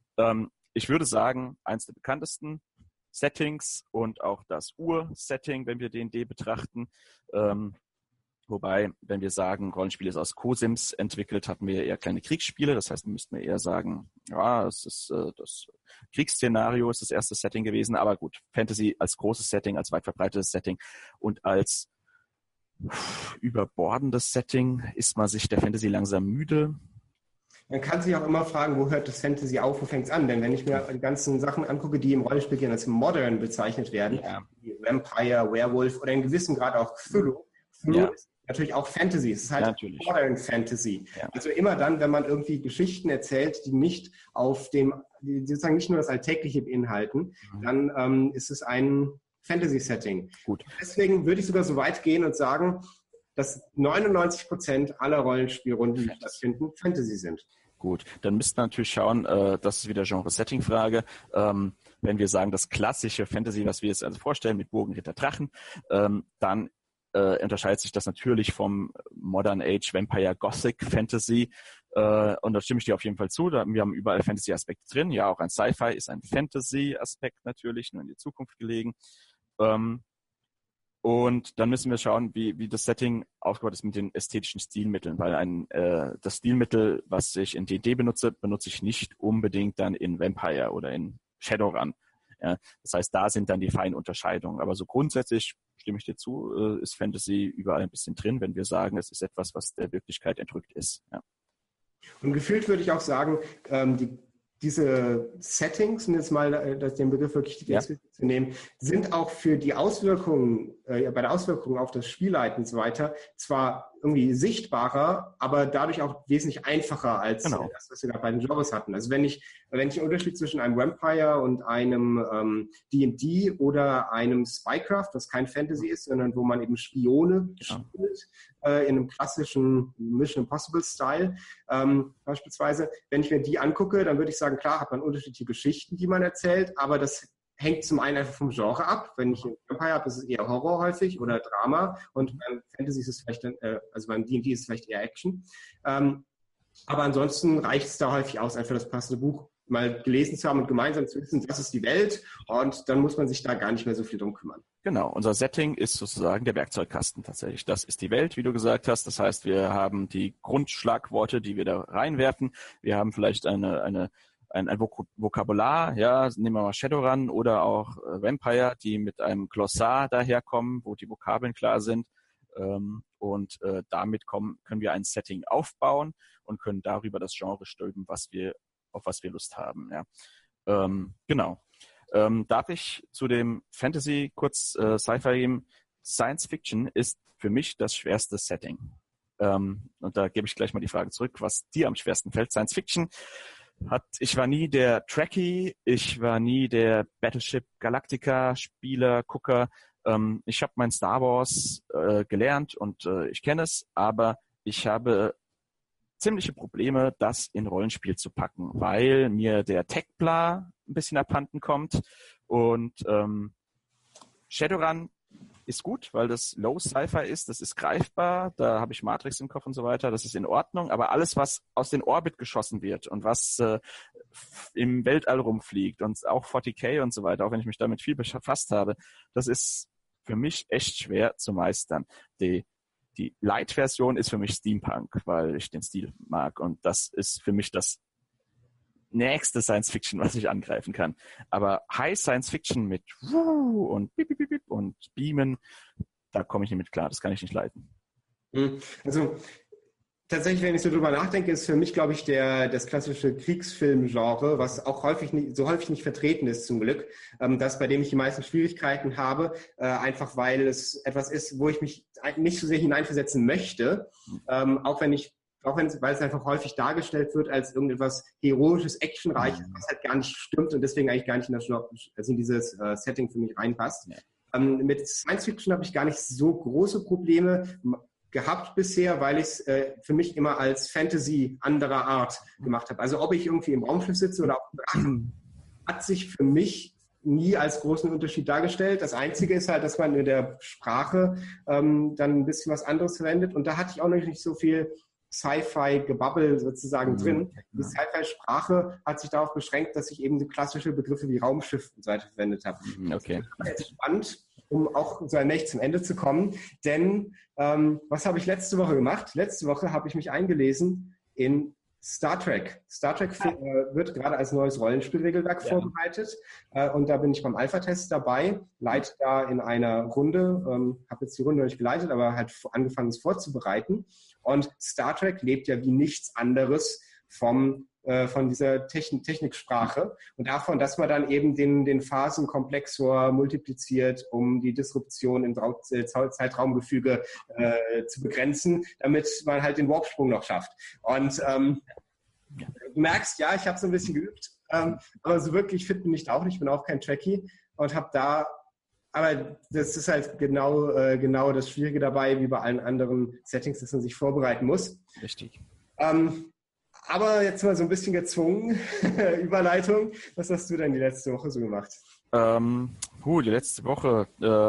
Ich würde sagen, eins der bekanntesten Settings und auch das Ur-Setting, wenn wir D&D betrachten, Wobei, wenn wir sagen, Rollenspiel ist aus Cosims entwickelt, hatten wir eher kleine Kriegsspiele. Das heißt, müssten wir eher sagen, ja, es ist das Kriegsszenario ist das erste Setting gewesen. Aber gut, Fantasy als großes Setting, als weit verbreitetes Setting und als überbordendes Setting ist man sich der Fantasy langsam müde.
Man kann sich auch immer fragen, wo hört das Fantasy auf, wo fängt es an? Denn wenn ich mir die ganzen Sachen angucke, die im Rollenspiel gerne als modern bezeichnet werden, wie Vampire, Werewolf oder in gewissem Grad auch Cthulhu, ist natürlich auch Fantasy. Es ist halt modern Fantasy. Ja. Also immer dann, wenn man irgendwie Geschichten erzählt, die nicht die sozusagen nicht nur das Alltägliche beinhalten, dann ist es ein Fantasy-Setting. Gut. Deswegen würde ich sogar so weit gehen und sagen, dass 99% aller Rollenspielrunden, die stattfinden, Fantasy sind.
Gut, dann müssten wir natürlich schauen, das ist wieder Genre-Setting-Frage, wenn wir sagen, das klassische Fantasy, was wir jetzt also vorstellen, mit Burgen, Ritter, Drachen, dann unterscheidet sich das natürlich vom Modern Age Vampire Gothic Fantasy und da stimme ich dir auf jeden Fall zu, wir haben überall Fantasy-Aspekte drin, ja, auch ein Sci-Fi ist ein Fantasy-Aspekt natürlich, nur in die Zukunft gelegen. Und dann müssen wir schauen, wie das Setting aufgebaut ist mit den ästhetischen Stilmitteln, weil das Stilmittel, was ich in D&D benutze ich nicht unbedingt dann in Vampire oder in Shadowrun. Ja, das heißt, da sind dann die feinen Unterscheidungen. Aber so grundsätzlich stimme ich dir zu, ist Fantasy überall ein bisschen drin, wenn wir sagen, es ist etwas, was der Wirklichkeit entrückt ist. Ja.
Und gefühlt würde ich auch sagen, diese Settings, um jetzt mal den Begriff wirklich explizit zu nehmen, sind auch für die Auswirkungen, bei der Auswirkung auf das Spielleiten und so weiter, zwar irgendwie sichtbarer, aber dadurch auch wesentlich einfacher als das, was wir da bei den Genres hatten. Also wenn ich einen Unterschied zwischen einem Vampire und einem D&D oder einem Spycraft, was kein Fantasy ist, sondern wo man eben Spione spielt, in einem klassischen Mission Impossible Style beispielsweise, wenn ich mir die angucke, dann würde ich sagen, klar hat man unterschiedliche Geschichten, die man erzählt, aber das hängt zum einen einfach vom Genre ab. Wenn ich einen Vampire habe, ist es eher Horror häufig oder Drama und beim Fantasy ist es vielleicht, also beim D&D ist es vielleicht eher Action. Aber ansonsten reicht es da häufig aus, einfach das passende Buch mal gelesen zu haben und gemeinsam zu wissen, das ist die Welt und dann muss man sich da gar nicht mehr so viel drum kümmern.
Genau, unser Setting ist sozusagen der Werkzeugkasten tatsächlich. Das ist die Welt, wie du gesagt hast. Das heißt, wir haben die Grundschlagworte, die wir da reinwerfen. Wir haben vielleicht ein Vokabular, ja, nehmen wir mal Shadowrun oder auch Vampire, die mit einem Glossar daherkommen, wo die Vokabeln klar sind. Und damit können wir ein Setting aufbauen und können darüber das Genre stülpen, auf was wir Lust haben. Ja. Genau. Darf ich zu dem Fantasy kurz Sci-Fi geben? Science Fiction ist für mich das schwerste Setting. Und da gebe ich gleich mal die Frage zurück, was dir am schwersten fällt. Science Fiction ich war nie der Trekkie, ich war nie der Battleship Galactica Spieler, Gucker. Ich habe mein Star Wars gelernt und ich kenne es, aber ich habe ziemliche Probleme, das in Rollenspiel zu packen, weil mir der Techbla ein bisschen abhanden kommt und Shadowrun ist gut, weil das Low Sci-Fi ist, das ist greifbar, da habe ich Matrix im Kopf und so weiter, das ist in Ordnung, aber alles, was aus den Orbit geschossen wird und was im Weltall rumfliegt und auch 40k und so weiter, auch wenn ich mich damit viel befasst habe, das ist für mich echt schwer zu meistern. Die Light-Version ist für mich Steampunk, weil ich den Stil mag und das ist für mich das nächste Science-Fiction, was ich angreifen kann. Aber High Science-Fiction mit und Bip, Bip, Bip, Bip und Beamen, da komme ich nicht mit klar, das kann ich nicht leiten.
Also tatsächlich, wenn ich so drüber nachdenke, ist für mich, glaube ich, das klassische Kriegsfilm-Genre, was auch häufig nicht vertreten ist, zum Glück, das, bei dem ich die meisten Schwierigkeiten habe, einfach weil es etwas ist, wo ich mich nicht so sehr hineinversetzen möchte, weil es einfach häufig dargestellt wird als irgendetwas Heroisches, Actionreiches, was halt gar nicht stimmt und deswegen eigentlich gar nicht in dieses Setting für mich reinpasst. Ja. Mit Science Fiction habe ich gar nicht so große Probleme gehabt bisher, weil ich es für mich immer als Fantasy anderer Art gemacht habe. Also ob ich irgendwie im Raumschiff sitze oder auf dem Drachen, hat sich für mich nie als großen Unterschied dargestellt. Das Einzige ist halt, dass man in der Sprache dann ein bisschen was anderes verwendet und da hatte ich auch noch nicht so viel Sci-Fi-Gebabbel sozusagen drin. Die Sci-Fi-Sprache hat sich darauf beschränkt, dass ich eben so klassische Begriffe wie Raumschiff und so weiter verwendet habe.
Okay.
Das ist spannend, um auch so allmählich zum Ende zu kommen. Denn was habe ich letzte Woche gemacht? Letzte Woche habe ich mich eingelesen in Star Trek. Star Trek wird gerade als neues Rollenspielregelwerk vorbereitet. Und da bin ich beim Alpha-Test dabei, leite da in einer Runde, habe jetzt die Runde noch nicht geleitet, aber halt angefangen, es vorzubereiten. Und Star Trek lebt ja wie nichts anderes von dieser Techniksprache und davon, dass man dann eben den Phasenkomplexor multipliziert, um die Disruption im Zeitraumgefüge zu begrenzen, damit man halt den Warpsprung noch schafft. Und du merkst, ja, ich habe so ein bisschen geübt, aber so wirklich fit bin ich auch nicht. Ich bin auch kein Trekkie und habe da, aber das ist halt genau das Schwierige dabei, wie bei allen anderen Settings, dass man sich vorbereiten muss.
Richtig.
Aber jetzt mal so ein bisschen gezwungen, Überleitung. Was hast du denn die letzte Woche so gemacht?
Die letzte Woche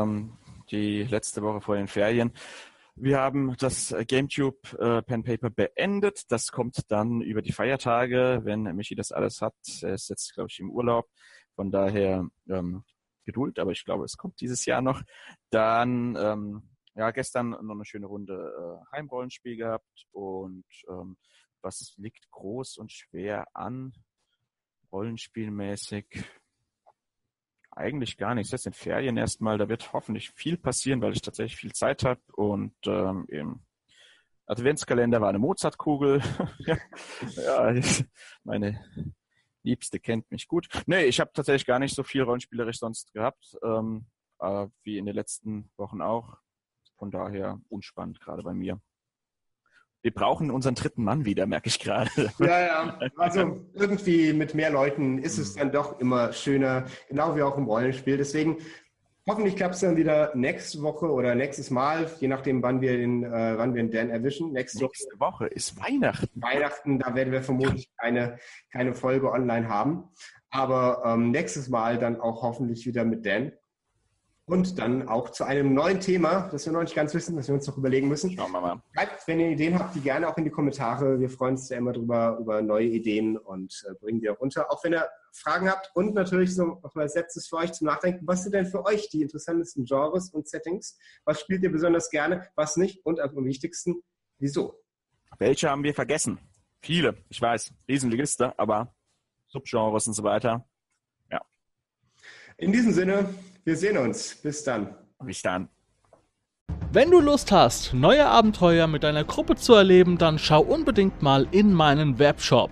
vor den Ferien. Wir haben das GameCube Pen Paper beendet. Das kommt dann über die Feiertage, wenn Michi das alles hat. Er ist jetzt, glaube ich, im Urlaub. Von daher Geduld, aber ich glaube, es kommt dieses Jahr noch. Dann, gestern noch eine schöne Runde Heimrollenspiel gehabt und was liegt groß und schwer an, rollenspielmäßig? Eigentlich gar nichts. Jetzt in Ferien erstmal, da wird hoffentlich viel passieren, weil ich tatsächlich viel Zeit habe und im Adventskalender war eine Mozartkugel. Ja, meine Liebste kennt mich gut. Nee, ich habe tatsächlich gar nicht so viel rollenspielerisch sonst gehabt, wie in den letzten Wochen auch. Von daher unspannend gerade bei mir. Wir brauchen unseren dritten Mann wieder, merke ich gerade.
Ja. Also irgendwie mit mehr Leuten ist es dann doch immer schöner, genau wie auch im Rollenspiel. Deswegen hoffentlich klappt es dann wieder nächste Woche oder nächstes Mal, je nachdem, wann wir den Dan erwischen.
Nächste Woche ist Weihnachten.
Weihnachten, da werden wir vermutlich keine Folge online haben. Aber nächstes Mal dann auch hoffentlich wieder mit Dan. Und dann auch zu einem neuen Thema, das wir noch nicht ganz wissen, das wir uns noch überlegen müssen.
Schauen wir mal.
Schreibt, wenn ihr Ideen habt, die gerne auch in die Kommentare. Wir freuen uns ja immer drüber, über neue Ideen und bringen die auch unter. Auch wenn ihr Fragen habt und natürlich so noch mal als letztes für euch zum Nachdenken. Was sind denn für euch die interessantesten Genres und Settings? Was spielt ihr besonders gerne, was nicht? Und am wichtigsten, wieso?
Welche haben wir vergessen? Viele, ich weiß. Riesenliste, aber Subgenres und so weiter. Ja.
In diesem Sinne, wir sehen uns. Bis dann.
Bis dann.
Wenn du Lust hast, neue Abenteuer mit deiner Gruppe zu erleben, dann schau unbedingt mal in meinen Webshop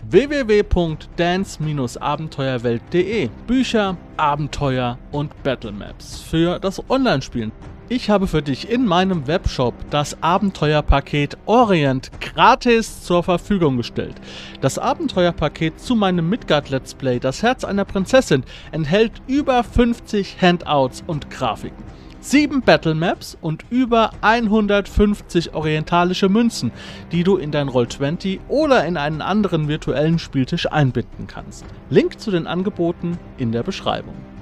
www.dance-abenteuerwelt.de. Bücher, Abenteuer und Battlemaps für das Online-Spielen. Ich habe für dich in meinem Webshop das Abenteuerpaket Orient gratis zur Verfügung gestellt. Das Abenteuerpaket zu meinem Midgard Let's Play, das Herz einer Prinzessin, enthält über 50 Handouts und Grafiken, 7 Battlemaps und über 150 orientalische Münzen, die du in dein Roll20 oder in einen anderen virtuellen Spieltisch einbinden kannst. Link zu den Angeboten in der Beschreibung.